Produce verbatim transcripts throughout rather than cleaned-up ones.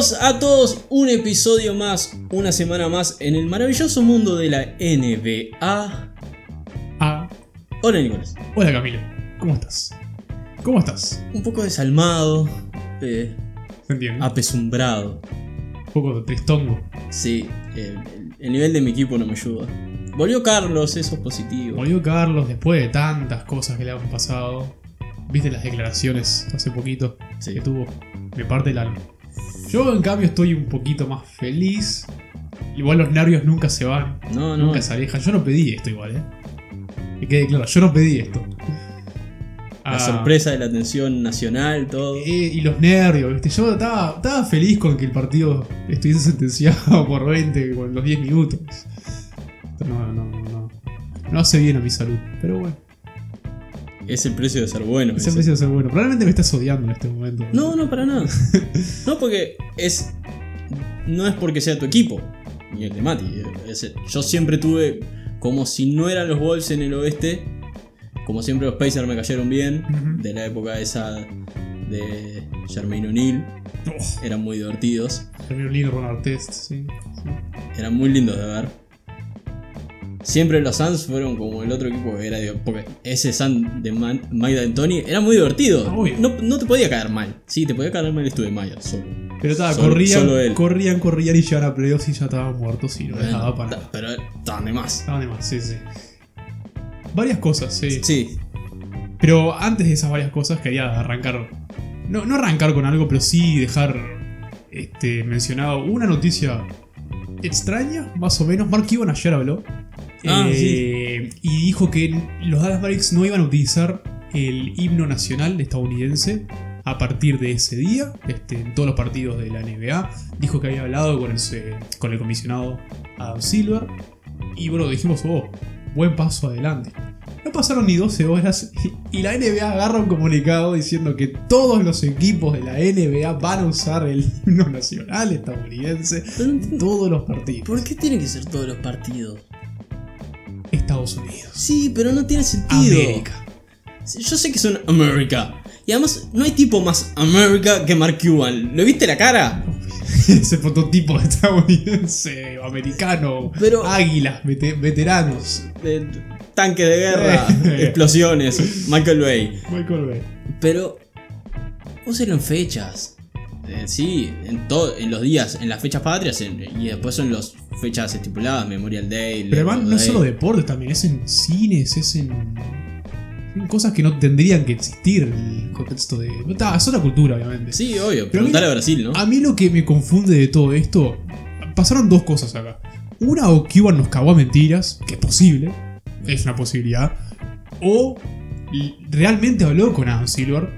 Bienvenidos a todos, un episodio más, una semana más en el maravilloso mundo de la N B A. Ah. Hola Nicolás. Hola Camilo, ¿cómo estás? ¿Cómo estás? Un poco desalmado, eh, ¿Se entiende? apesumbrado. Un poco tristongo. Sí, el, el nivel de mi equipo no me ayuda. Volvió Carlos, eso es positivo. Volvió Carlos después de tantas cosas que le han pasado. ¿Viste las declaraciones hace poquito Sí. que tuvo? Me parte el alma. Yo en cambio estoy un poquito más feliz. Igual los nervios nunca se van, No, no. nunca se alejan. Yo no pedí esto igual, eh. Que quede claro, yo no pedí esto. La Ah, sorpresa de la atención nacional, todo. eh, y los nervios, ¿viste? Yo estaba, estaba feliz con que el partido estuviese sentenciado por veinte con los diez minutos. No, no, no. No hace bien a mi salud, pero bueno. Es el precio de ser bueno. Ese ese. precio de ser bueno. Probablemente me estás odiando en este momento. No, no, para nada. No, porque es. No es porque sea tu equipo, ni el de Mati. Es- yo siempre tuve, como si no eran los Wolves en el oeste, como siempre los Pacers me cayeron bien, Ujú. de la época esa de Jermaine O'Neal. Oh, Eran muy divertidos, Terminó lindo Ron Artest, sí. sí. eran muy lindos de ver. Siempre los Suns fueron como el otro equipo que era, digo, porque ese Sun de Man- Mike D'Antoni era muy divertido. Ah, obvio. No, no te podía caer mal. Sí, te podía caer mal estuve Mayer solo. Pero estaba, Solo- corrían, solo él. corrían, corrían y llegaban a playoffs y ya estaban muertos y no Bueno, dejaba para ta- nada. pero estaban de más. Estaban de más, sí, sí. Varias cosas, sí. Sí, Pero antes de esas varias cosas quería arrancar. No, no arrancar con algo, pero sí dejar este, mencionado una noticia extraña, más o menos. Mark Cuban ayer habló. Ah, eh, Y dijo que los Dallas Mavericks no iban a utilizar el himno nacional estadounidense a partir de ese día, este, en todos los partidos de la N B A. Dijo que había hablado con el, con el comisionado Adam Silver. Y bueno, dijimos, oh, buen paso adelante. No pasaron ni doce horas y, y la N B A agarra un comunicado diciendo que todos los equipos de la N B A van a usar el himno nacional estadounidense pero no en entiendo, todos los partidos. ¿por qué tienen que ser todos los partidos? Estados Unidos. Sí, pero no tiene sentido. América. Yo sé que son América. Y además, no hay tipo más América que Mark Cuban. ¿Le viste la cara? Ese prototipo estadounidense, americano, Pero- águilas, vete- veteranos. De tanque de guerra, explosiones, Michael Bay. Michael Bay. Pero úselo en fechas. Eh, sí, en, todo, en los días, en las fechas patrias en- y después son las fechas estipuladas, Memorial Day. Pero además Labor no es Day. solo deportes también, es en cines, es en, en cosas que no tendrían que existir en el contexto de... Ta, es otra cultura, obviamente. Sí, obvio, Pero a mí- preguntale a Brasil, ¿no? A mí lo que me confunde de todo esto, pasaron dos cosas acá. Una, o Cuban nos cagó a mentiras, que es posible, es una posibilidad. O l- realmente habló con Adam Silver,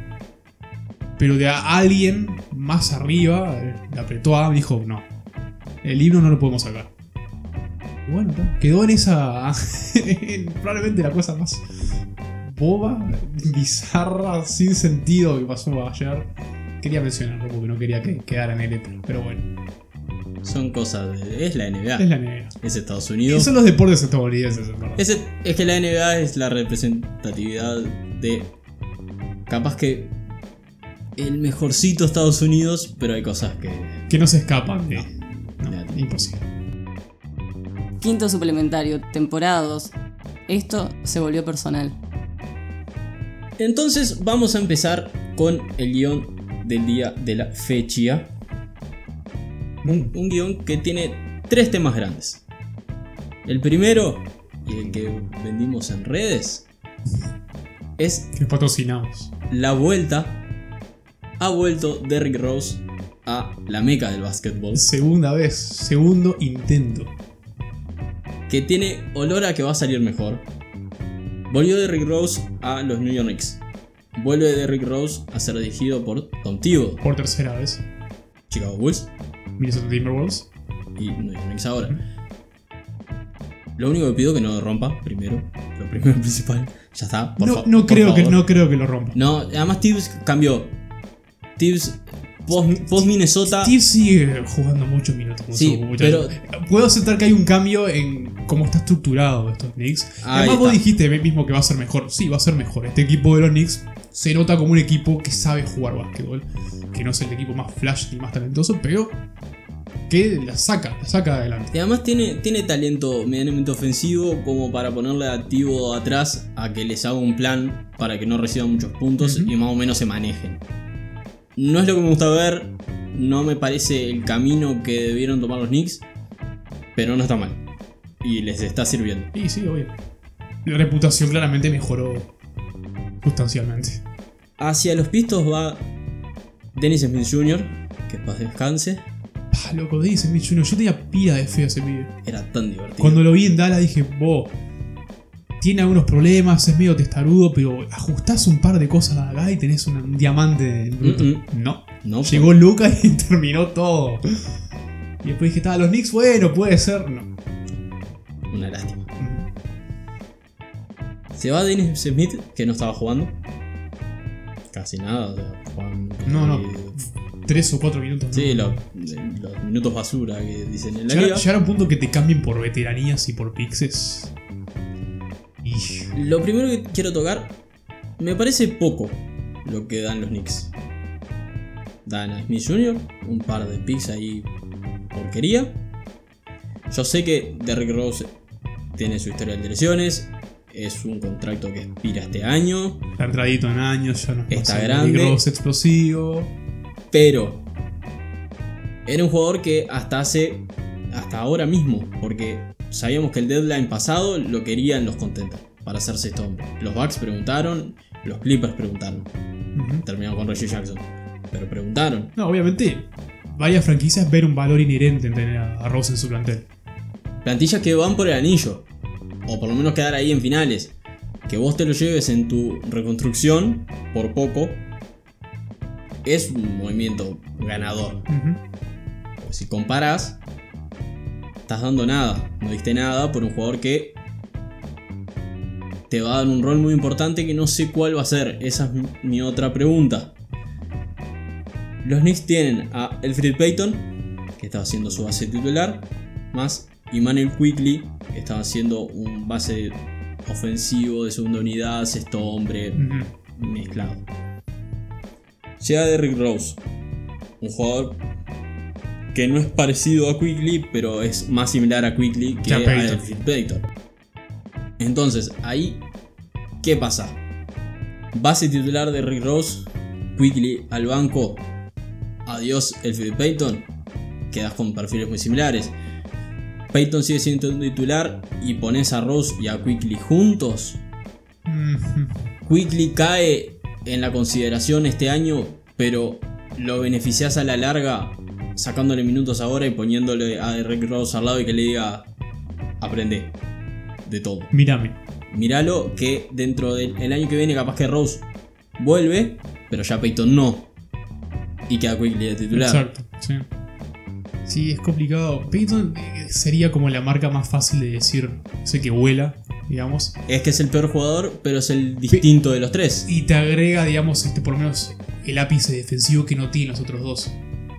pero de a alguien más arriba eh, le apretó a Adam y dijo, no, el himno no lo podemos sacar. Y bueno, ta, quedó en esa... en probablemente la cosa más boba, bizarra, sin sentido que pasó ayer. Quería mencionarlo porque no quería que quedara en el éter, pero bueno, Son cosas de... Es la N B A. es la N B A. Es Estados Y Unidos. son los deportes estadounidenses, en verdad. Es, es que la N B A es la representatividad de... Capaz que... El mejorcito Estados Unidos, pero hay cosas que... Que no se escapan de... No, No. imposible. Quinto suplementario, temporada dos. Esto se volvió personal. Entonces vamos a empezar con el guión del día de la fecha. Un, un guión que tiene tres temas grandes. El primero, y el que vendimos en redes, es Que patrocinamos. la vuelta. Ha vuelto Derrick Rose a la meca del básquetbol, Segunda vez, segundo intento. que tiene olor a que va a salir mejor. Volvió Derrick Rose a los New York Knicks. Vuelve Derrick Rose a ser dirigido por Tom Thibodeau, Por tercera vez. Chicago Bulls Minnesota Timberwolves. y New York Knicks ahora. Lo único que pido es que no rompa primero, lo primero y principal. Ya está, por No, fa- no, por creo que, favor. no creo que lo rompa. No, además Tibbs cambió. Tibbs post, post Minnesota. Steve sigue jugando muchos minutos con Sí, su muchacho. Puedo aceptar que hay un cambio en cómo está estructurado estos Knicks. Ahí Además vos está. dijiste mismo que va a ser mejor. Sí, va a ser mejor. Este equipo de los Knicks se nota como un equipo que sabe jugar básquetbol. Que no es el equipo más flash ni más talentoso, pero que la saca, la saca adelante. Y además tiene, tiene talento medianamente ofensivo como para ponerle activo atrás a que les haga un plan para que no reciban muchos puntos uh-huh. y más o menos se manejen. No es lo que me gusta ver, no me parece el camino que debieron tomar los Knicks, pero no está mal. Y les está sirviendo. Sí, sí, obvio. La reputación claramente mejoró sustancialmente. Hacia los Pistons va Dennis Smith junior, que paz descanse. Ah, loco, Dennis Smith junior, yo tenía pila de fe a ese pibe. Era tan divertido. Cuando lo vi en Dallas dije, vos, tiene algunos problemas, es medio testarudo, pero ajustás un par de cosas acá y tenés un, un diamante bruto. Mm-mm. No, no. Llegó Lucas y terminó todo. Y después dije, estaba los Knicks, bueno, puede ser. No. Una lástima. Mm. Se va Dennis Smith, que no estaba jugando. Casi nada, o sea, Juan, no, no. Tres o cuatro minutos. Sí, no. los, los minutos basura que dicen en la llegar, liga. Llegar a un punto que te cambien por veteranías y por pixes. Y... Lo primero que quiero tocar, me parece poco lo que dan los Knicks. Dan a Smith junior, un par de picks ahí porquería. Yo sé que Derrick Rose tiene su historia de lesiones. Es un contrato que expira este año. Está entradito en años, ya no está pasa. grande. Rose explosivo. Pero era un jugador que hasta hace. Hasta ahora mismo. Porque sabíamos que el deadline pasado lo querían los contenders para hacerse este hombre. Los Bucks preguntaron. Los Clippers preguntaron. Uh-huh. Terminaron con Reggie Jackson. Pero preguntaron. No, obviamente. Varias franquicias ven un valor inherente en tener a Rose en su plantel. Plantillas que van por el anillo. O por lo menos quedar ahí en finales. Que vos te lo lleves en tu reconstrucción por poco. Es un movimiento ganador. Uh-huh. Si comparás, estás dando nada. No diste nada por un jugador que te va a dar un rol muy importante que no sé cuál va a ser. Esa es mi otra pregunta. Los Knicks tienen a Elfrid Payton, que estaba haciendo su base titular, más Immanuel Quickley, que estaba haciendo un base ofensivo de segunda unidad, sexto hombre, uh-huh. mezclado. Llega Derrick Rose, un jugador que no es parecido a Quickley, pero es más similar a Quickley que a Elfrid Payton. Entonces, ahí, ¿qué pasa? Base titular de Derrick Rose, Quickley al banco, adiós Elfrid Payton, quedas con perfiles muy similares. Payton sigue siendo titular y pones a Rose y a Quickley juntos. Mm-hmm. Quickley cae en la consideración este año, pero lo beneficias a la larga sacándole minutos ahora y poniéndole a Derrick Rose al lado y que le diga: aprende de todo. Mírame. Míralo, que dentro del año que viene capaz que Rose vuelve, pero ya Payton no. Y queda Quickley de titular. Exacto, sí. Sí, es complicado. Payton sería como la marca más fácil de decir, sé que vuela, digamos. Es que es el peor jugador, pero es el distinto de los tres. Y te agrega, digamos, este por lo menos el ápice defensivo que no tienen los otros dos.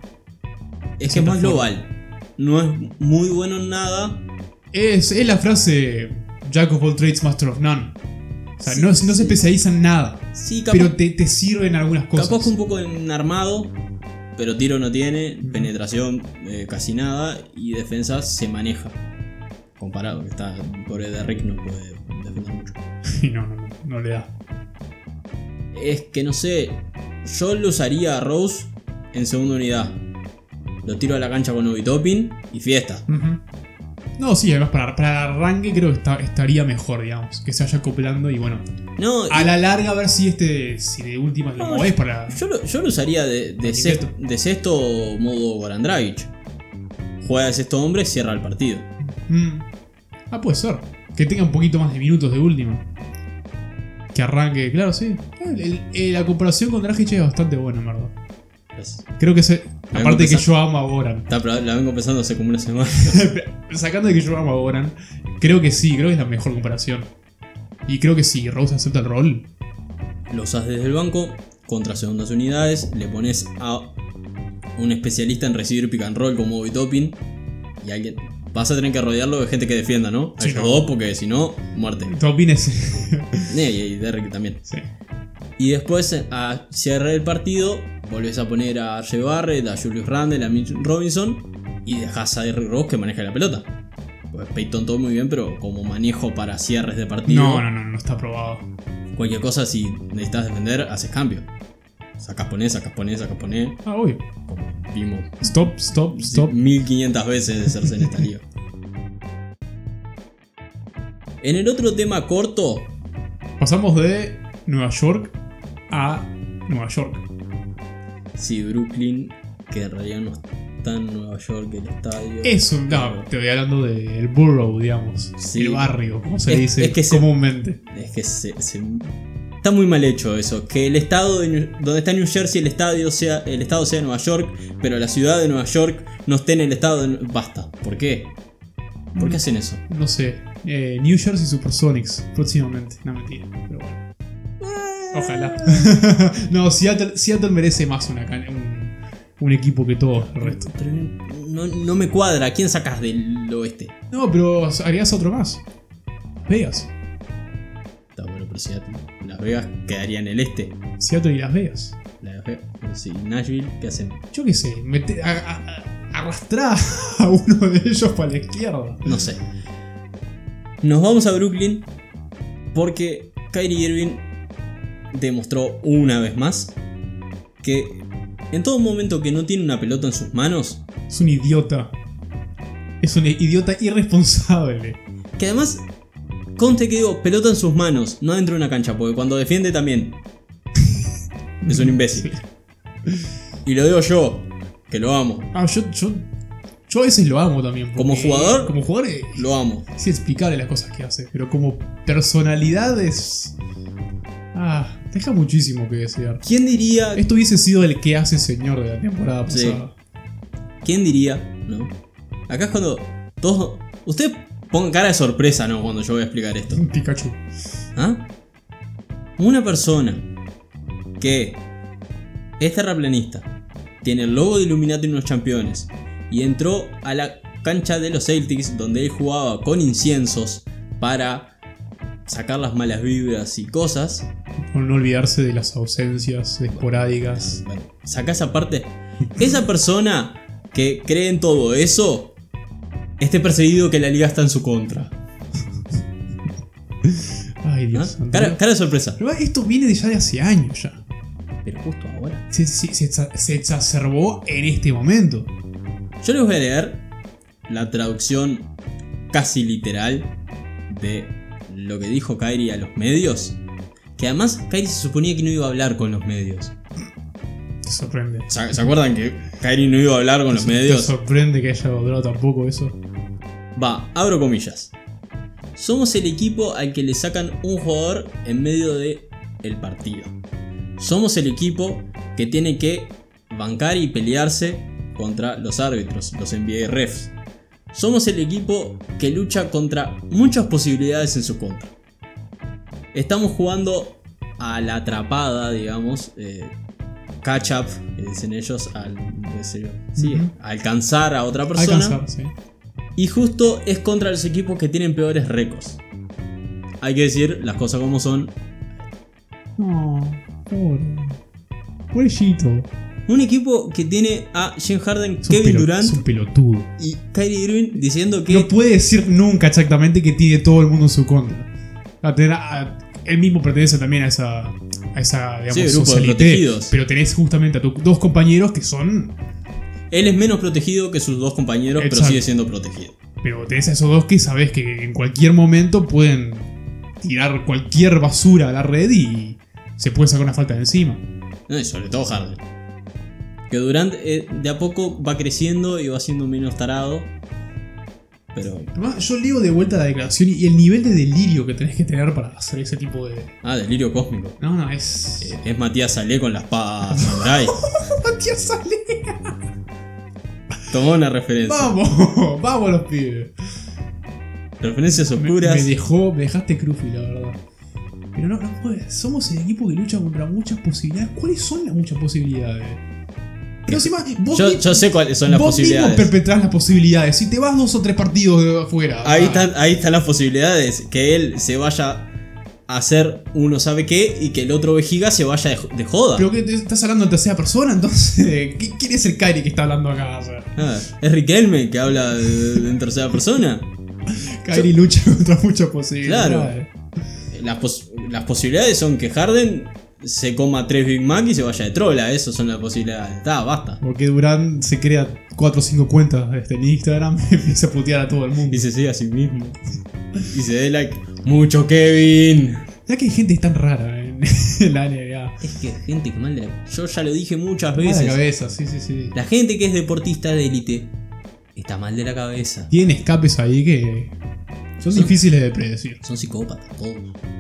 Es que es más global. No es muy bueno en nada. Es, es la frase Jack of all trades, master of none. O sea, sí, no, no se especializa en nada. Sí, capaz, pero te, te sirven algunas cosas. Capaz que un poco en armado, pero tiro no tiene, uh-huh. penetración eh, casi nada, y defensa se maneja. Comparado, que está pobre de Rick, no puede defender mucho. no, no, no, no le da. Es que no sé, yo lo usaría a Rose en segunda unidad. Lo tiro a la cancha con Obi Toppin y fiesta. Uh-huh. No, sí, además para, para el arranque creo que está, estaría mejor, digamos, que se vaya acoplando y bueno. No, a y... la larga a ver si este si de última lo no, movés para. Yo lo, yo lo usaría de, de, sexto, de sexto modo Goran Dragic. Juega de sexto hombre, cierra el partido. Mm. Ah, puede ser. Que tenga un poquito más de minutos de última. Que arranque, claro, sí. El, el, la comparación con Dragic es bastante buena, en verdad. Gracias. Creo que se. La aparte de que yo amo a Goran. La vengo pensando hace como una semana. Sacando de que yo amo a Goran, creo que sí, creo que es la mejor comparación. Y creo que sí, Rose acepta el rol. Lo usas desde el banco, contra segundas unidades, le pones a un especialista en recibir pick and roll como Obi Toppin. Y alguien. Vas a tener que rodearlo de gente que defienda, ¿no? A ellos dos, porque si no, muerte. Toppin es. y, y Derrick también. Sí. Y después, a cierre del partido, volvés a poner a R J Barrett, a Julius Randle, a Mitch Robinson y dejás a Derrick Rose que maneja la pelota. Pues Peyton todo muy bien, pero como manejo para cierres de partido. No, no, no, no está aprobado. Cualquier cosa, si necesitas defender, haces cambio. Sacas, ponés, sacas, ponés, sacas, ponés. Ah, obvio. Como vimos Stop, stop, stop. mil quinientas veces de hacerse en esta liga. En el otro tema corto, Pasamos de Nueva York a Nueva York. sí, Brooklyn, que en realidad no está en Nueva York el estadio. Eso, no, te voy hablando del borough, digamos. Sí. El barrio, como se Es- dice es que se- comúnmente. Es que se, se- está muy mal hecho eso. Que el estado de New- donde está New Jersey, el estadio sea el estado sea Nueva York, pero la ciudad de Nueva York no esté en el estado de. Basta. ¿Por qué? ¿Por qué hacen eso? No sé. Eh, New Jersey Supersonics, próximamente. No, mentira, pero bueno. Ojalá. No, Seattle, Seattle merece más una, can- un, un equipo que todo el resto. Pero no, no- no me cuadra. ¿A quién sacas del oeste? No, pero harías otro más. Las Vegas. Está bueno, pero Seattle. Las Vegas quedaría en el este. Seattle y Las Vegas. Las Vegas, sí, Nashville, ¿qué hacen? Yo qué sé, mete, a, a- a- arrastrar a uno de ellos para la izquierda. No sé. Nos vamos a Brooklyn porque Kyrie Irving demostró una vez más que en todo momento que no tiene una pelota en sus manos, Es un idiota. Es un idiota irresponsable. que además conste que digo pelota en sus manos, no dentro de una cancha, porque cuando defiende también es un imbécil. Y lo digo yo, que lo amo, Ah, yo, yo, yo a veces lo amo también. Como porque- jugador, Como jugador eh, lo amo. es inexplicable las cosas que hace. Pero como personalidad es. Ah, deja muchísimo que desear. ¿Quién diría? Esto hubiese sido el que hace señor de la temporada Sí. pasada. ¿Quién diría? ¿No? Acá es cuando todos. Ustedes pongan cara de sorpresa, ¿no? Cuando yo voy a explicar esto. Un Pikachu. ¿Ah? Una persona que es terraplanista, tiene el logo de Illuminati en los campeones y entró a la cancha de los Celtics donde él jugaba con inciensos para sacar las malas vibras y cosas. Por no olvidarse de las ausencias esporádicas. Bueno, saca esa parte. Esa persona que cree en todo eso esté perseguido que la liga está en su contra. Ay, ¿Ah? Dios santo. Cara, cara de sorpresa. Pero esto viene de ya de hace años ya. Pero justo ahora. Se, se- se exa- se exacerbó en este momento. Yo les voy a leer la traducción casi literal de lo que dijo Kyrie a los medios. Que además Kyrie se suponía que no iba a hablar con los medios. Te sorprende. ¿Se, ¿se acuerdan que Kyrie no iba a hablar con los ¿Te medios? sorprende que haya durado tampoco eso? Va, abro comillas. Somos el equipo al que le sacan un jugador en medio de el partido. Somos el equipo que tiene que bancar y pelearse contra los árbitros, los N B A refs. Somos el equipo que lucha contra muchas posibilidades en su contra. Estamos jugando a la atrapada, digamos, eh, catch up, que dicen ellos, al, qué sé yo, sí, Ujú. alcanzar a otra persona. Alcanzar, sí. Y justo es contra los equipos que tienen peores récords. Hay que decir las cosas como son. No, pobre. Pobrecito. Un equipo que tiene a James Harden, Es un Kevin pelo- Durant Es un pelotudo. y Kyrie Irving diciendo que No puede decir nunca exactamente que tiene todo el mundo en su contra. A tener- a- él mismo pertenece también a esa, a esa digamos, Sí, grupo de socialité, protegidos. pero tenés justamente a tus dos compañeros que son. él es menos protegido que sus dos compañeros, pero Exacto. sigue siendo protegido. Pero tenés a esos dos que sabés que en cualquier momento pueden tirar cualquier basura a la red y se puede sacar una falta de encima. No, y sobre todo Harden. Que Durant eh, de a poco va creciendo y va siendo menos tarado. Pero. Además, yo leo de vuelta la declaración y el nivel de delirio que tenés que tener para hacer ese tipo de. Ah, delirio cósmico. No, no, es. Eh, es Matías Salé con la espada samurai. Matías Salé. Tomó una referencia. Vamos, vamos los pibes. Referencias Me, oscuras. me dejó, me dejaste crufi, la verdad. Pero no, no puede. Somos el equipo que lucha contra muchas posibilidades. ¿Cuáles son las muchas posibilidades? Pero encima, vos, Yo, mi- yo sé cuáles son las vos mismo posibilidades. perpetrás las posibilidades. Si te vas dos o tres partidos de afuera. Ahí ah, están, ahí están las posibilidades. Que él se vaya hacer uno sabe qué y que el otro vejiga se vaya de, de joda. ¿Pero qué? ¿Estás hablando en tercera persona entonces? ¿Quién es el Kairi que está hablando acá? O sea, Ah, es Riquelme que habla de, de en tercera persona. Kairi lucha contra muchas posibilidades. Las, pos- las posibilidades son que Harden se coma tres Big Mac y se vaya de trola. Esas son las posibilidades. Está, basta. Porque Durán se crea cuatro o cinco cuentas este, en Instagram y empieza a putear a todo el mundo. Y se sigue a sí mismo. Y se dé like. Mucho Kevin. Ya que hay gente tan rara en, en la N B A. Es que gente que mal de la... Yo ya lo dije muchas Mal de veces. la cabeza, sí, sí, sí. La gente que es deportista de élite está mal de la cabeza. Tienen escapes ahí que son Son- difíciles de predecir. Son psicópatas todos.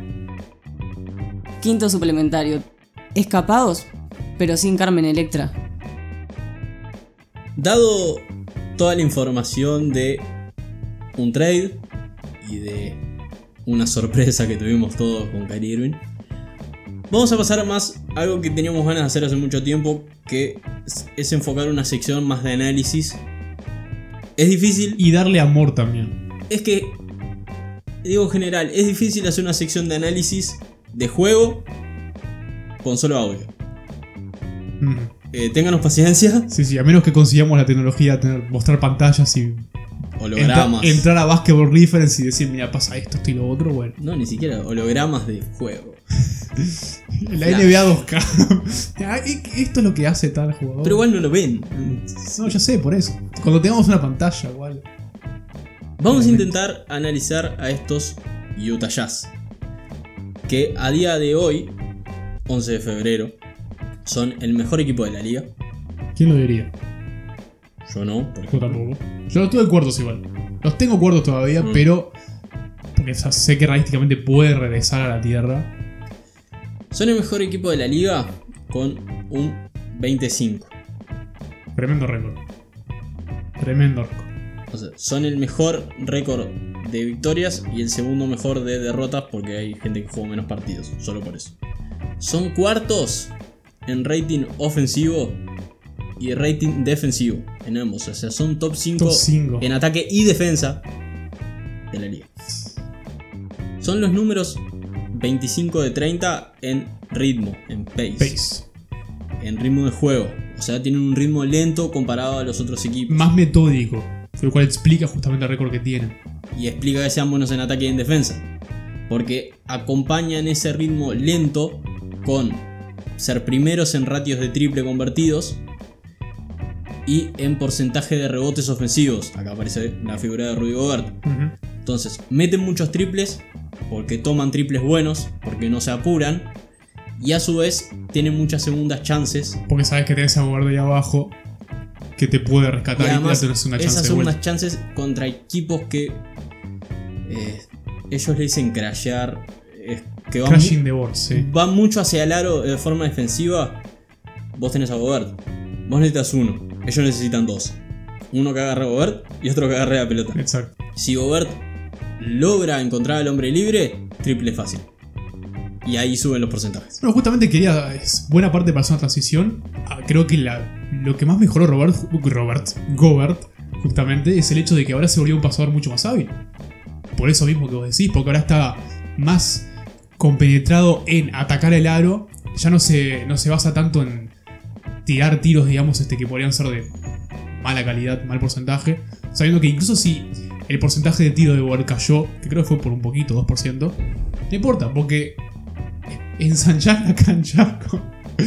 Quinto suplementario. Escapados, pero sin Carmen Electra. Dado toda la información de un trade y de una sorpresa que tuvimos todos con Kyrie Irving, vamos a pasar a más algo que teníamos ganas de hacer hace mucho tiempo, que es, es enfocar una sección más de análisis. Es difícil, Y darle amor también. es que, digo en general, es difícil hacer una sección de análisis de juego con solo audio. Mm. Eh, ténganos paciencia, Sí, sí, a menos que consigamos la tecnología de tener, mostrar pantallas y entra- hologramas. entrar a Basketball Reference y decir, mira, pasa esto, esto y lo otro, bueno. No, ni siquiera hologramas de juego. La Flash. N B A dos K. Ah, esto es lo que hace tal jugador. Pero igual no lo ven. No, ya sé, por eso. Cuando tengamos una pantalla, igual. Vamos a intentar analizar a estos Utah Jazz, que a día de hoy, once de febrero, son el mejor equipo de la liga. ¿Quién lo diría? Yo no, por Yo ejemplo. tampoco. Yo los tuve cuartos igual. Los tengo cuartos todavía, Mm. pero. Porque ya sé que realísticamente puede regresar a la tierra. Son el mejor equipo de la liga con un veinticinco. Tremendo récord. Tremendo récord. O sea, son el mejor récord de victorias y el segundo mejor de derrotas, porque hay gente que juega menos partidos, solo por eso. Son cuartos en rating ofensivo y rating defensivo en ambos. O sea, son top cinco Top cinco. en ataque y defensa de la liga. Son los números veinticinco de treinta en ritmo, en pace, Pace. en ritmo de juego. O sea, tienen un ritmo lento comparado a los otros equipos. Más metódico. Lo cual explica justamente el récord que tienen. Y explica que sean buenos en ataque y en defensa. Porque acompañan ese ritmo lento con ser primeros en ratios de triple convertidos y en porcentaje de rebotes ofensivos. Acá aparece la figura de Rudy Gobert. Ujú. Entonces, meten muchos triples porque toman triples buenos, porque no se apuran. Y a su vez, tienen muchas segundas chances. Porque sabes que tenés a Gobert ahí abajo que te puede Y rescatar y, además, te tenés una chance esas de son vuelta. unas chances contra equipos que eh, ellos le dicen crashear. eh, que van, Crashing mu- the board, sí. van mucho hacia el aro de forma defensiva. Vos tenés a Gobert. Vos necesitas uno. Ellos necesitan dos. Uno que agarre a Gobert y otro que agarre la pelota. Exacto. Si Gobert logra encontrar al hombre libre, triple fácil. Y ahí suben los porcentajes. Bueno, justamente quería. Es buena parte para hacer una transición. Ah, creo que la, lo que más mejoró Robert, Robert Gobert, justamente, es el hecho de que ahora se volvió un pasador mucho más hábil. Por eso mismo que vos decís, porque ahora está más compenetrado en atacar el aro. Ya no se, no se basa tanto en tirar tiros, digamos, este, que podrían ser de mala calidad, mal porcentaje. Sabiendo que incluso si el porcentaje de tiro de Gobert cayó, que creo que fue por un poquito, dos por ciento, no importa, porque ensanchás la cancha con-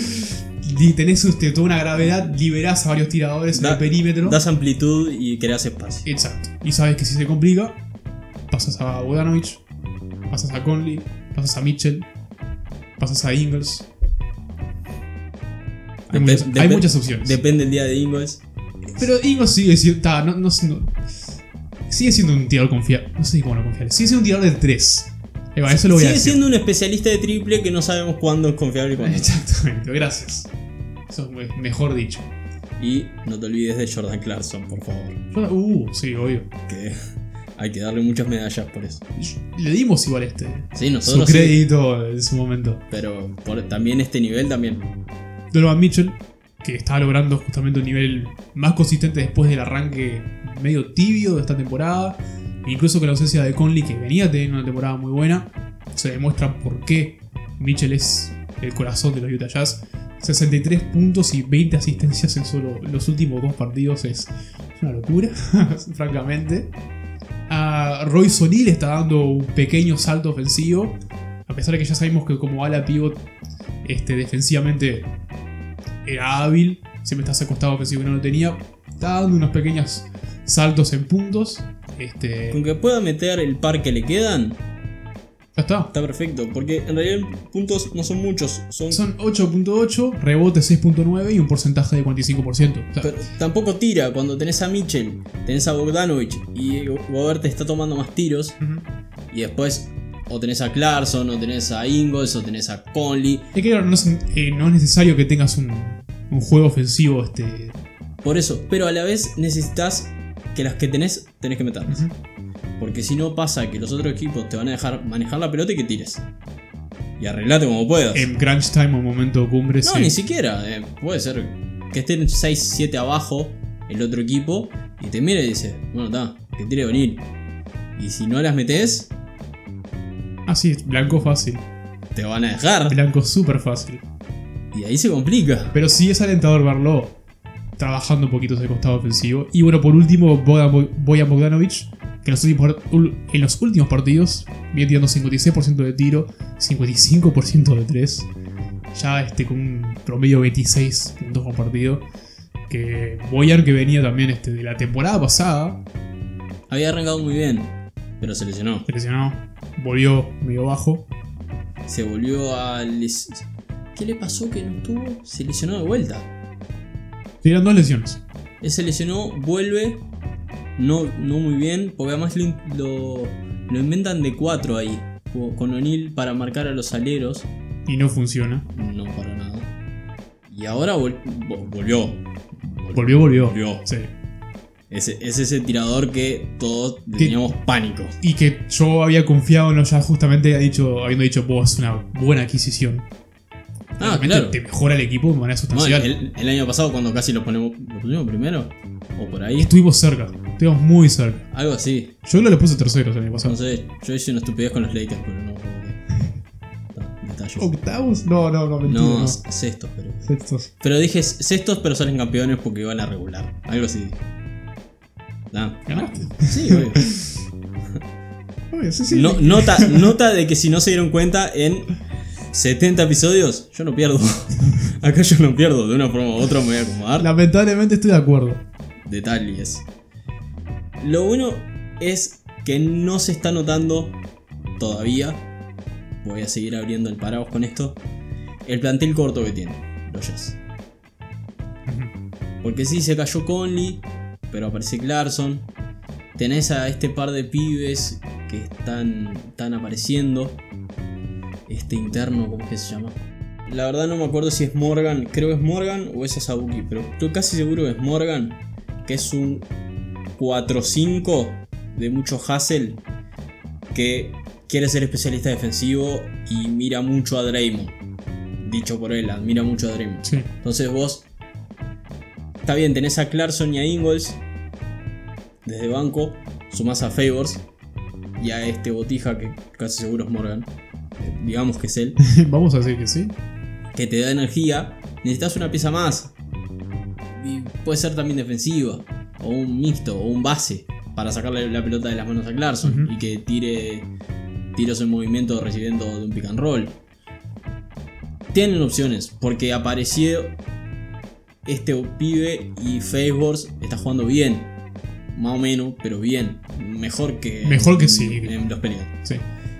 y tenés usted toda una gravedad, liberás a varios tiradores en Da- el perímetro. Das amplitud y creas espacio. Exacto. Y sabes que si se complica, pasas a Bogdanovich, pasas a Conley, pasas a Mitchell, pasas a Ingles. Hay, Depe- muchas, hay depe- muchas opciones. Depende el día de Ingles. Pero Ingles sigue siendo. ta, no, no- no- sigue siendo un tirador confiable. No sé cómo no confiable. Sigue siendo un tirador de tres. Eso lo voy a Sigue decir. siendo un especialista de triple que no sabemos cuándo es confiable y cuándo no. Exactamente, gracias. Eso es me- mejor dicho. Y no te olvides de Jordan Clarkson, por favor. Yo- Uh, sí, obvio. Que hay que darle muchas medallas por eso. Le dimos igual este. Sí, Su nosotros sí, crédito en su momento. pero por, también este nivel también. Donovan Mitchell, que está logrando justamente un nivel más consistente después del arranque medio tibio de esta temporada. Incluso con la ausencia de Conley, que venía teniendo una temporada muy buena. se demuestra por qué Mitchell es el corazón de los Utah Jazz. sesenta y tres puntos y veinte asistencias en solo los últimos dos partidos es una locura, francamente. Uh, Royce O'Neal está dando un pequeño salto ofensivo, a pesar de que ya sabemos que como ala pivot este, defensivamente era hábil, siempre está ese costado ofensivo que no lo tenía, está dando unos pequeños saltos en puntos. Este... Con que pueda meter el par que le quedan, ya está. Está perfecto, porque en realidad puntos no son muchos, son, Son ocho punto ocho, rebote seis punto nueve y un porcentaje de cuarenta y cinco por ciento. O sea, pero tampoco tira. Cuando tenés a Mitchell, tenés a Bogdanovic y Gobert te está tomando más tiros, uh-huh. y después o tenés a Clarkson, o tenés a Ingles, o tenés a Conley. Es que claro, no es, eh, no es necesario que tengas un, un juego ofensivo. Este... Por eso, pero a la vez necesitas que las que tenés, tenés que meterlas. Uh-huh. Porque si no pasa que los otros equipos te van a dejar manejar la pelota y que tires. Y arreglate como puedas. En crunch time o momento cumbre. No, sí. ni siquiera. Eh, puede ser que estén seis siete abajo el otro equipo y te mira y dice, bueno, está, que tire venir. Y si no las metes, Ah, sí, blanco fácil. te van a dejar. Blanco súper fácil. Y ahí se complica. Pero sí es alentador verlo trabajando un poquito ese costado ofensivo. Y bueno, por último, Bojan Bojan Bogdanovic, que en los últimos, en los últimos partidos viene tirando cincuenta y seis por ciento de tiro, cincuenta y cinco por ciento de tres. Ya este, con un promedio de veintiséis puntos por partido. Que Bojan, que venía también este, de la temporada pasada, Había arrancado muy bien, pero se lesionó. se lesionó, volvió medio bajo. Se volvió a... Les... ¿Qué le pasó que no estuvo? Se lesionó de vuelta. Tiran dos lesiones. Él se lesionó, vuelve. No, no muy bien, porque además lo, lo, lo inventan de cuatro ahí. Con O'Neal para marcar a los aleros. Y no funciona. No para nada. Y ahora vol- vo- volvió. Volvió, volvió. Volvió. Sí. Es, es ese tirador que todos le ¿Qué? teníamos pánico. Y que yo había confiado en lo ya justamente ha dicho, habiendo dicho, vos es una buena adquisición. Ah, Realmente claro. te mejora el equipo de manera Bueno, sustancial. el, el año pasado cuando casi lo ponemos, lo pusimos primero. O por ahí. Estuvimos cerca. Estuvimos muy cerca. Algo así. Yo creo que le puse terceros el año pasado. No sé, yo hice una estupidez con los Lakers, pero no. como que- no, detalles. ¿Octavos? No, no, no, mentira. No, No, sextos, pero. Sextos. Pero dije sextos, pero salen campeones porque van a regular. Algo así. Nah. ¿Ganaste? Sí, obvio. Oye, sí, sí. No, nota, nota de que si no se dieron cuenta, en setenta episodios, yo no pierdo. Acá yo no pierdo, de una forma u otra me voy a acomodar. Lamentablemente estoy de acuerdo. Detalles. Lo bueno es que no se está notando todavía. Voy a seguir abriendo el paraguas con esto. El plantel corto que tiene los Jazz. Porque sí, se cayó Conley, pero aparece Clarkson. Tenés a este par de pibes que están, están apareciendo. Este interno, ¿cómo es que se llama? La verdad no me acuerdo si es Morgan, creo que es Morgan o es Asabuki, pero estoy casi seguro que es Morgan, que es un cuatro cinco de mucho hustle, que quiere ser especialista defensivo y mira mucho a Draymond. Dicho por él, admira mucho a Draymond. Sí. Entonces vos, está bien, tenés a Clarkson y a Ingles desde banco, sumás a Favors y a este botija que casi seguro es Morgan, eh, digamos que es él, Vamos a decir que sí. que te da energía. Necesitas una pieza más y puede ser también defensiva o un mixto o un base para sacarle la pelota de las manos a Clarkson, Uh-huh. y que tire tiros en movimiento recibiendo de un pick and roll. Tienen opciones porque apareció este pibe y Favors está jugando bien, más o menos, pero bien, mejor que Mejor que en, sí. en los Pelicans. Sí.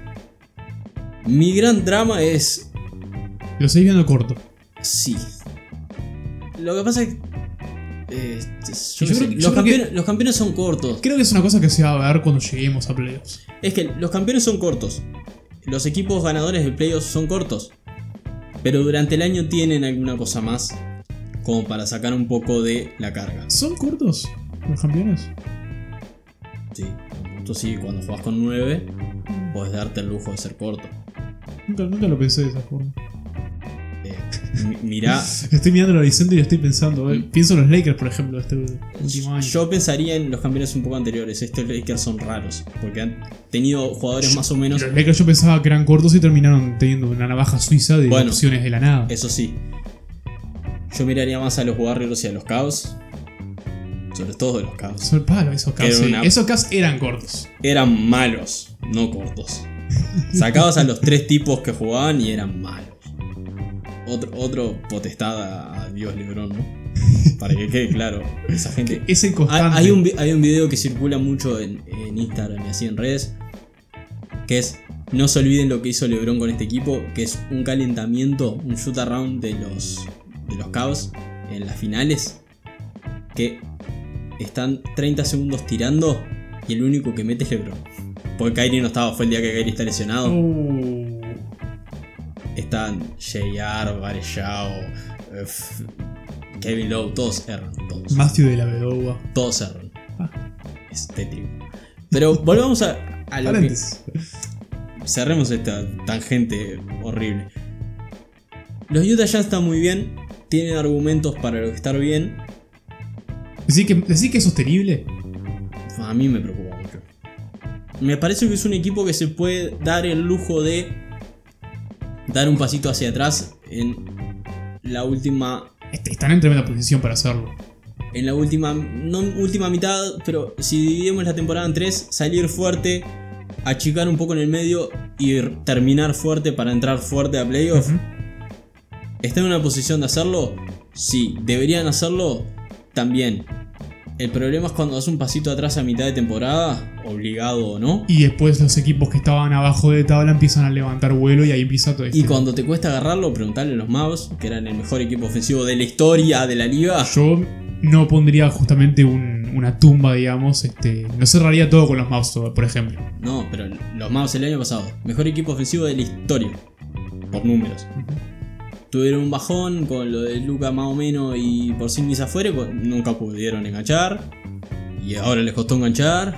Mi gran drama es Lo seguís viendo corto. sí. Lo que pasa es que eh, yo Y qué yo sé, creo que- yo los, creo que- campeones, los campeones son cortos. Creo que es una cosa que se va a ver cuando lleguemos a playoffs. Es que los campeones son cortos. Los equipos ganadores de playoffs son cortos. Pero durante el año tienen alguna cosa más como para sacar un poco de la carga. ¿Son cortos los campeones? Sí, esto sí, cuando juegas con nueve, puedes darte el lujo de ser corto. Nunca, nunca lo pensé de esa forma. Eh, mi- mirá, Estoy mirando el horizonte y lo estoy pensando. eh. Pienso en los Lakers, por ejemplo, este último año. yo pensaría en los campeones un poco anteriores. Estos Lakers son raros, porque han tenido jugadores más o menos. Los Lakers yo pensaba que eran cortos y terminaron teniendo una navaja suiza de Bueno, opciones de la nada. Eso sí, yo miraría más a los Warriors y a los Cavs. Sobre todo de los Cavs. Son palo, esos Cavs. Era sí. una- Esos Cavs eran cortos. Eran malos, no cortos. Sacabas a los tres tipos que jugaban y eran malos. Otro, otro potestad a, a Dios LeBron, ¿no? Para que quede claro, esa gente. Ese Hay, constante. hay un, vi- hay un video que circula mucho en, en Instagram y así en redes, que es: no se olviden lo que hizo LeBron con este equipo, que es un calentamiento, un shoot around de los, de los Cavs en las finales, que están treinta segundos tirando y el único que mete es LeBron. Porque Kyrie no estaba, fue el día que Kyrie está lesionado. Uh, Están J R, Varejao, eh, F- Kevin Love, todos erran, todos. Matthew de la Vedova. Todos erran. Ah. Es tétrico. Pero volvamos a, a lo que... Paréntesis. Cerremos esta tangente horrible. Los Utah Jazz están muy bien, tienen argumentos para estar bien. Decir que, decir que es sostenible. A mí me preocupa mucho. Me parece que es un equipo que se puede dar el lujo de dar un pasito hacia atrás en la última... Est- Están en tremenda posición para hacerlo. En la última, no última mitad, pero si dividimos la temporada en tres, salir fuerte, achicar un poco en el medio y r- terminar fuerte para entrar fuerte a playoff. Ujú. ¿Está en una posición de hacerlo? Sí. ¿Deberían hacerlo? También. El problema es cuando das un pasito atrás a mitad de temporada, obligado o no. Y después los equipos que estaban abajo de tabla empiezan a levantar vuelo y ahí empieza todo esto. Y cuando te cuesta agarrarlo, preguntarle a los Mavs, que eran el mejor equipo ofensivo de la historia de la liga. Yo no pondría justamente un- una tumba, digamos. Este, no cerraría todo con los Mavs, todo, por ejemplo. No, pero los Mavs el año pasado, mejor equipo ofensivo de la historia, por números. Tuvieron un bajón con lo de Luka más o menos y por sí afuera, pues nunca pudieron enganchar. Y ahora les costó enganchar.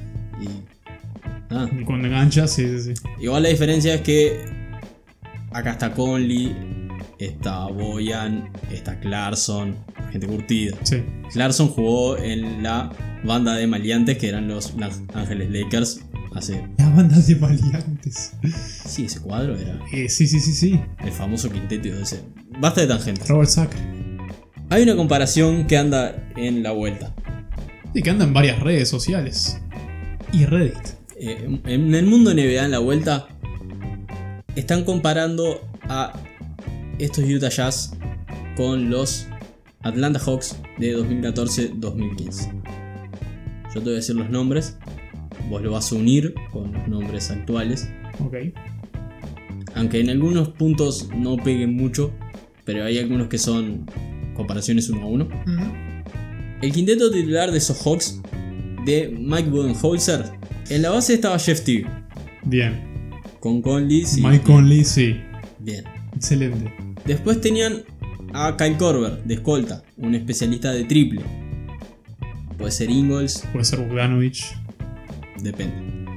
Y nada. Y cuando engancha, sí, sí, sí. Igual la diferencia es que acá está Conley, está Boyan, está Clarkson, gente curtida. Sí. Clarkson jugó en la banda de maleantes que eran los Los Ángeles Lakers hace... Las bandas de maleantes. Sí, ese cuadro era Eh, sí, sí, sí, sí. el famoso quinteto de ese. Basta de tangente. Robert Sacre. Hay una comparación que anda en la vuelta. Sí, que anda en varias redes sociales. Y Reddit. Eh, en el mundo N B A en la vuelta están comparando a estos Utah Jazz con los Atlanta Hawks de dos mil catorce dos mil quince. Yo te voy a decir los nombres, vos lo vas a unir con los nombres actuales, Ok. aunque en algunos puntos no peguen mucho, pero hay algunos que son comparaciones uno a uno. El quinteto titular de esos Hawks de Mike Budenholzer, en la base estaba Jeff Teague, Bien. con Conley. Sí, Mike Conley, sí. bien. Excelente. Después tenían a Kyle Korver de escolta, un especialista de triple. Puede ser Ingles, Puede ser Bogdanovich. depende.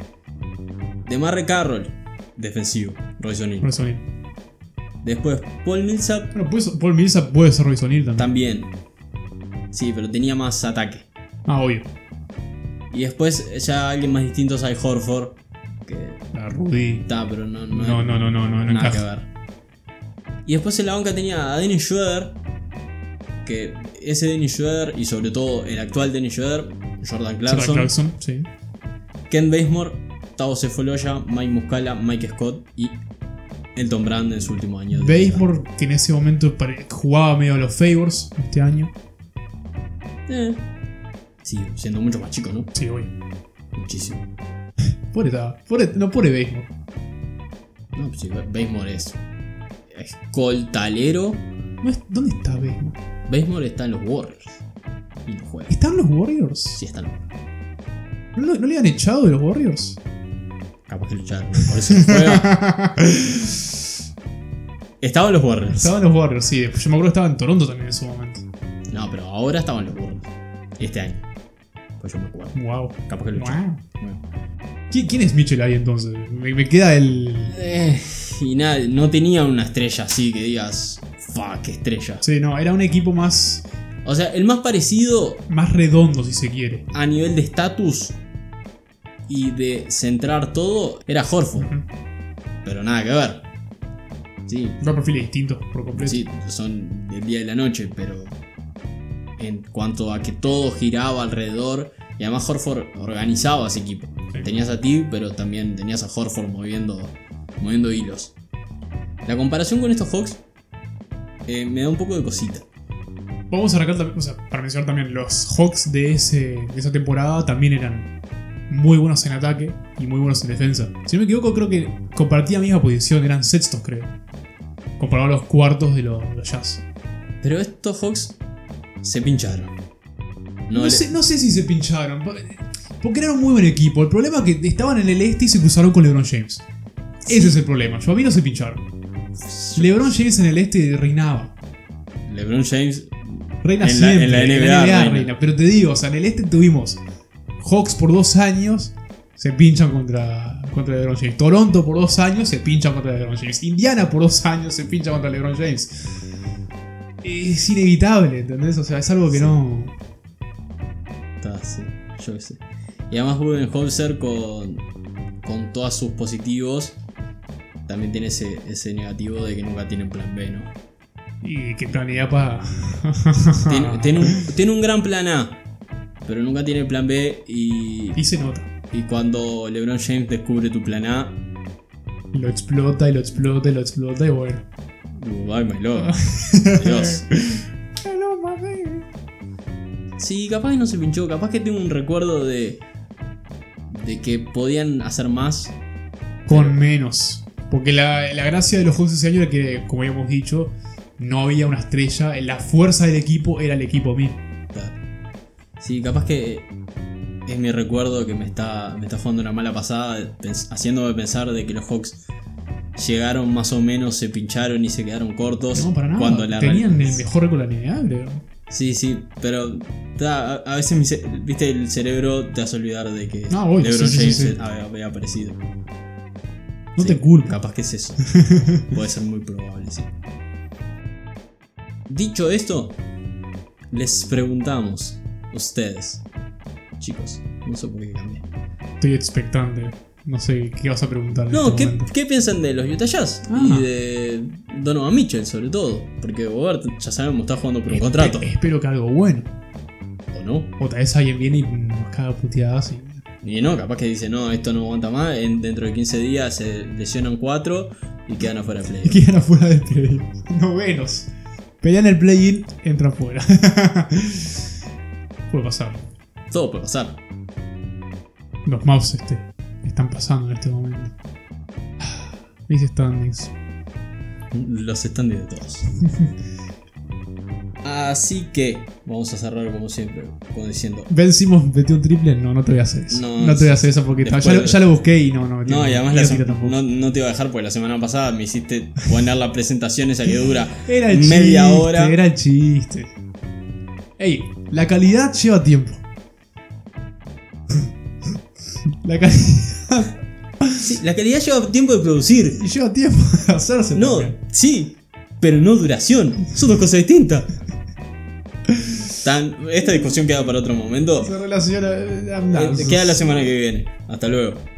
DeMarre Carroll, defensivo, Royce O'Neal. Royce O'Neal. Después Paul Millsap, Bueno, puede ser- Paul Millsap puede ser Royce O'Neal también. también. Sí, pero tenía más ataque. Ah, obvio. Y después ya alguien más distinto es Al Horford, que La Rudy. está, pero no, no, No, no, no, no, no, no nada que encaja. ver. Y después en la banca tenía a Dennis Schroeder, que ese Dennis Schroeder y sobre todo el actual Dennis Schroeder, Jordan Jordan Clarkson, Clarkson, sí. Ken Bazemore, Tavo Sefoloya, Mike Muscala, Mike Scott y Elton Brand en su último año. de Bazemore, que en ese momento pare- jugaba medio a los favors este año. liga. Eh, sí, siendo mucho más chico, ¿no? Sí, voy. Muchísimo. Pobre estaba. Pobre, no, pobre Bazemore. No, pues sí, Bazemore es escoltalero. No es- ¿Dónde está Bazemore? Bazemore está en los Warriors y no juega. ¿Están los Warriors? Sí, está en los Warriors. ¿No, lo- no le han echado de los Warriors? Capaz que luchar, por eso no juega. Estaba en los Warriors. Estaban los Warriors, sí. Después yo me acuerdo que estaba en Toronto también en ese momento. No, pero ahora estaban los Warriors. Este año. Pues yo me acuerdo. Wow. Capaz que luchar. Wow. ¿Quién, quién es Mitchell ahí entonces? Me, me queda el. Eh, y nada, no tenía una estrella así que digas, fuck, qué estrella. Sí, no, era un equipo más, O sea, el más parecido más redondo, si se quiere. a nivel de estatus y de centrar todo era Horford. Ujú. Pero nada que ver. Sí, Dos perfiles distintos por completo. sí, son del día y la noche, pero en cuanto a que todo giraba alrededor, y además Horford organizaba ese equipo. Sí. Tenías a ti, pero también tenías a Horford moviendo, moviendo hilos. La comparación con estos Hawks eh, me da un poco de cosita. Vamos a arrancar también, o sea, para mencionar también, los Hawks de, ese, de esa temporada también eran muy buenos en ataque y muy buenos en defensa. Si no me equivoco, creo que compartían la misma posición, eran sextos, creo. Comparado a los cuartos de los, los Jazz. Pero estos Hawks se pincharon. No, No, le- sé, no sé si se pincharon, porque eran un muy buen equipo. El problema es que estaban en el este y se cruzaron con LeBron James. Ese es el problema. Yo a mí no se pincharon. LeBron James en el este reinaba. LeBron James Reina En la- siempre. en la N B A reina. reina. Pero te digo, o sea, en el este tuvimos Hawks por dos años, se pinchan contra, contra LeBron James. Toronto por dos años, se pinchan contra LeBron James. Indiana por dos años, se pincha contra LeBron James. Es inevitable, ¿entendés? O sea, es algo que no... está, sí, yo qué sé. Y además Budenholzer con, con todos sus positivos también tiene ese, ese negativo de que nunca tienen plan B, ¿no? Y que planea para... Tiene, tiene un, tiene un gran plan A, pero nunca tiene plan B y, Y se nota. y cuando LeBron James descubre tu plan A, Lo explota y lo explota y lo explota y bueno. goodbye my love. Dios. Hello, my baby. Sí, capaz que no se pinchó, capaz que tengo un recuerdo de, de que podían hacer más. Con menos. Porque la, la gracia de los Hawks ese año era que, como habíamos dicho, no había una estrella. La fuerza del equipo era el equipo mismo. Sí, capaz que es mi recuerdo que me está, me está jugando una mala pasada, pens- haciéndome pensar de que los Hawks llegaron más o menos, se pincharon y se quedaron cortos. No, para nada. Cuando la Tenían real- el mejor récord de la N B A, creo. Sí, sí, pero ta, a, a veces mi ce- viste, el cerebro te hace olvidar de que No, obvio, LeBron sí, sí, James sí, sí. había, había aparecido. No Sí, te culpo. Capaz que es eso. Puede ser muy probable, sí. Dicho esto, les preguntamos, ustedes, chicos, no sé por qué cambié. Estoy expectante. No sé qué vas a preguntar en No, este ¿qué, momento. ¿qué piensan de los Utah Jazz? Ah. Y de Donovan Mitchell, sobre todo. Porque Gobert, ya sabemos, está jugando por un Espe- contrato. Espero que algo bueno. ¿O no? O tal vez alguien viene y nos caga puteadas y... Y no, capaz que dice, no, esto no aguanta más. En, dentro de quince días se lesionan cuatro y quedan afuera de y play. quedan afuera del play. Novenos. Pelean el play-in, entran fuera. Puede pasar. Todo puede pasar. Los Mavs este, están pasando en este momento. Mis standings. Los standings de todos. Así que vamos a cerrar como siempre, como diciendo. Ben Simmons metió un triple. No, no te voy a hacer eso. No, No, te voy a hacer eso porque después ya, lo- de- ya lo busqué y no, no metió. No, y además no la tira sem- tampoco. no, no te iba a dejar porque la semana pasada me hiciste poner la presentación esa que dura Era el media chiste, hora. Era el chiste. Ey, la calidad lleva tiempo. La calidad Sí, la calidad lleva tiempo de producir. y lleva tiempo de hacerse. No, también. sí, pero no duración. Son dos cosas distintas. Tan, esta discusión queda para otro momento. Se relaciona. eh, Eh, Queda la semana que viene. Hasta luego.